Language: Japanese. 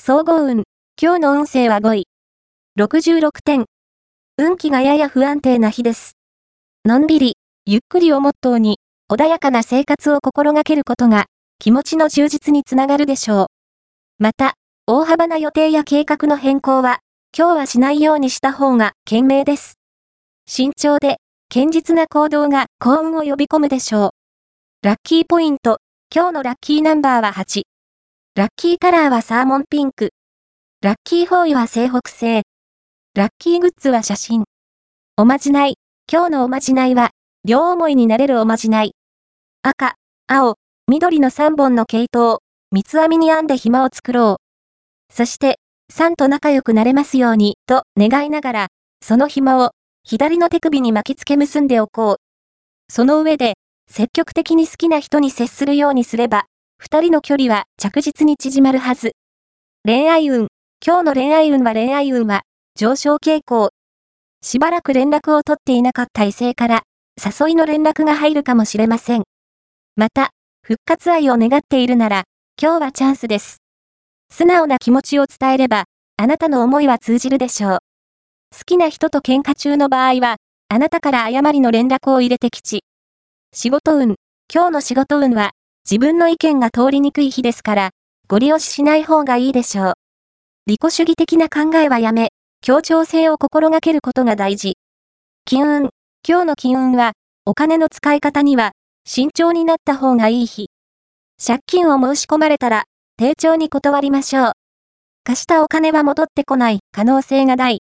総合運。今日の運勢は5位。66点。運気がやや不安定な日です。のんびり、ゆっくりをモットーに、穏やかな生活を心がけることが、気持ちの充実につながるでしょう。また、大幅な予定や計画の変更は、今日はしないようにした方が賢明です。慎重で、堅実な行動が幸運を呼び込むでしょう。ラッキーポイント。今日のラッキーナンバーは8。ラッキーカラーはサーモンピンク。ラッキーフォーイは西北西。ラッキーグッズは写真。おまじない。今日のおまじないは、両思いになれるおまじない。赤、青、緑の3本の毛糸を、三つ編みに編んで紐を作ろう。そして、さんと仲良くなれますように、と願いながら、その紐を、左の手首に巻きつけ結んでおこう。その上で、積極的に好きな人に接するようにすれば、二人の距離は着実に縮まるはず。恋愛運。今日の恋愛運は上昇傾向。しばらく連絡を取っていなかった異性から誘いの連絡が入るかもしれません。また、復活愛を願っているなら、今日はチャンスです。素直な気持ちを伝えれば、あなたの思いは通じるでしょう。好きな人と喧嘩中の場合は、あなたから誤りの連絡を入れて吉。仕事運。今日の仕事運は、自分の意見が通りにくい日ですから、ご利用しない方がいいでしょう。利己主義的な考えはやめ、協調性を心がけることが大事。金運。今日の金運は、お金の使い方には、慎重になった方がいい日。借金を申し込まれたら、丁重に断りましょう。貸したお金は戻ってこない可能性が大。